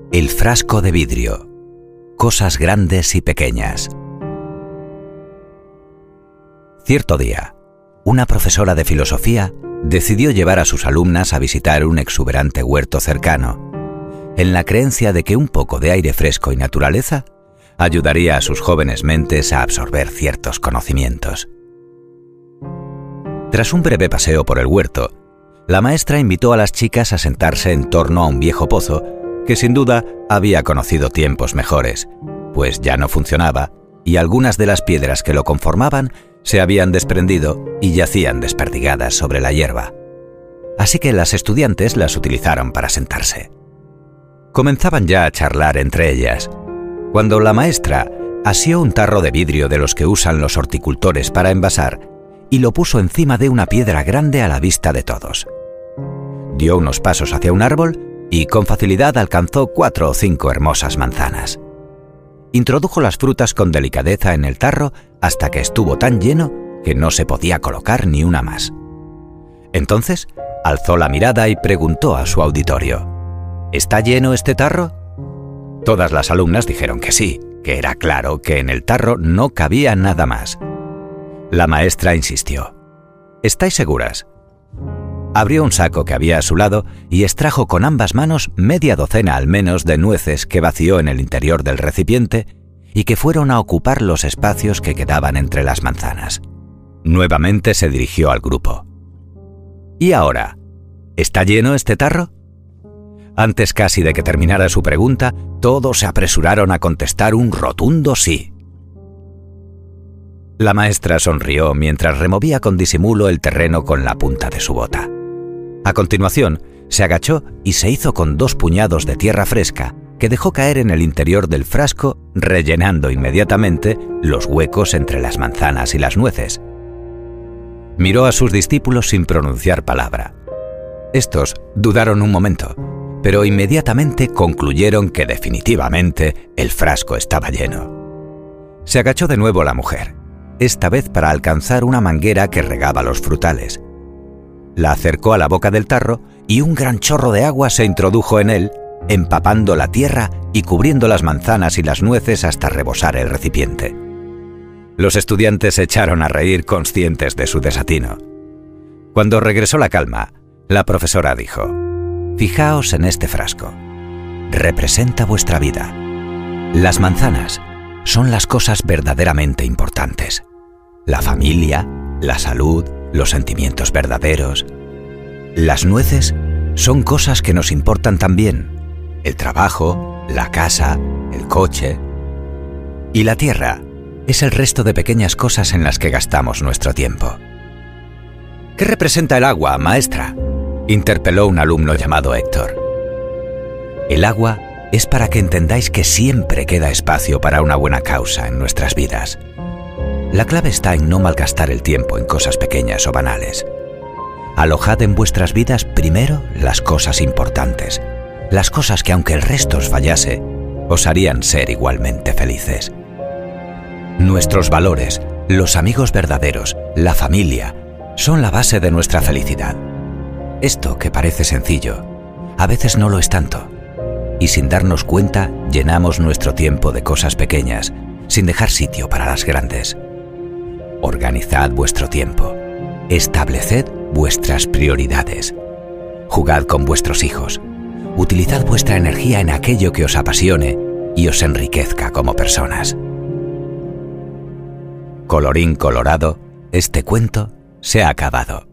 El frasco de vidrio. Cosas grandes y pequeñas. Cierto día, una profesora de filosofía decidió llevar a sus alumnas a visitar un exuberante huerto cercano, en la creencia de que un poco de aire fresco y naturaleza ayudaría a sus jóvenes mentes a absorber ciertos conocimientos. Tras un breve paseo por el huerto, la maestra invitó a las chicas a sentarse en torno a un viejo pozo que sin duda había conocido tiempos mejores, pues ya no funcionaba y algunas de las piedras que lo conformaban se habían desprendido y yacían desperdigadas sobre la hierba. Así que las estudiantes las utilizaron para sentarse. Comenzaban ya a charlar entre ellas, cuando la maestra asió un tarro de vidrio de los que usan los horticultores para envasar y lo puso encima de una piedra grande a la vista de todos. Dio unos pasos hacia un árbol y con facilidad alcanzó 4 o 5 hermosas manzanas. Introdujo las frutas con delicadeza en el tarro hasta que estuvo tan lleno que no se podía colocar ni una más. Entonces, alzó la mirada y preguntó a su auditorio: ¿Está lleno este tarro? Todas las alumnas dijeron que sí, que era claro que en el tarro no cabía nada más. La maestra insistió: ¿Estáis seguras? Abrió un saco que había a su lado y extrajo con ambas manos media docena al menos de nueces que vació en el interior del recipiente y que fueron a ocupar los espacios que quedaban entre las manzanas. Nuevamente se dirigió al grupo. ¿Y ahora? ¿Está lleno este tarro? Antes casi de que terminara su pregunta, todos se apresuraron a contestar un rotundo sí. La maestra sonrió mientras removía con disimulo el terreno con la punta de su bota. A continuación, se agachó y se hizo con 2 puñados de tierra fresca que dejó caer en el interior del frasco, rellenando inmediatamente los huecos entre las manzanas y las nueces. Miró a sus discípulos sin pronunciar palabra. Estos dudaron un momento, pero inmediatamente concluyeron que definitivamente el frasco estaba lleno. Se agachó de nuevo la mujer, esta vez para alcanzar una manguera que regaba los frutales. La acercó a la boca del tarro y un gran chorro de agua se introdujo en él, empapando la tierra y cubriendo las manzanas y las nueces hasta rebosar el recipiente. Los estudiantes se echaron a reír conscientes de su desatino. Cuando regresó la calma, la profesora dijo: «Fijaos en este frasco. Representa vuestra vida. Las manzanas son las cosas verdaderamente importantes. La familia, la salud, los sentimientos verdaderos. Las nueces son cosas que nos importan también. El trabajo, la casa, el coche. Y la tierra es el resto de pequeñas cosas en las que gastamos nuestro tiempo». «¿Qué representa el agua, maestra?», interpeló un alumno llamado Héctor. «El agua es para que entendáis que siempre queda espacio para una buena causa en nuestras vidas. La clave está en no malgastar el tiempo en cosas pequeñas o banales. Alojad en vuestras vidas primero las cosas importantes, las cosas que aunque el resto os fallase, os harían ser igualmente felices. Nuestros valores, los amigos verdaderos, la familia, son la base de nuestra felicidad. Esto que parece sencillo, a veces no lo es tanto, y sin darnos cuenta llenamos nuestro tiempo de cosas pequeñas, sin dejar sitio para las grandes. Organizad vuestro tiempo, estableced vuestras prioridades, jugad con vuestros hijos, utilizad vuestra energía en aquello que os apasione y os enriquezca como personas». Colorín colorado, este cuento se ha acabado.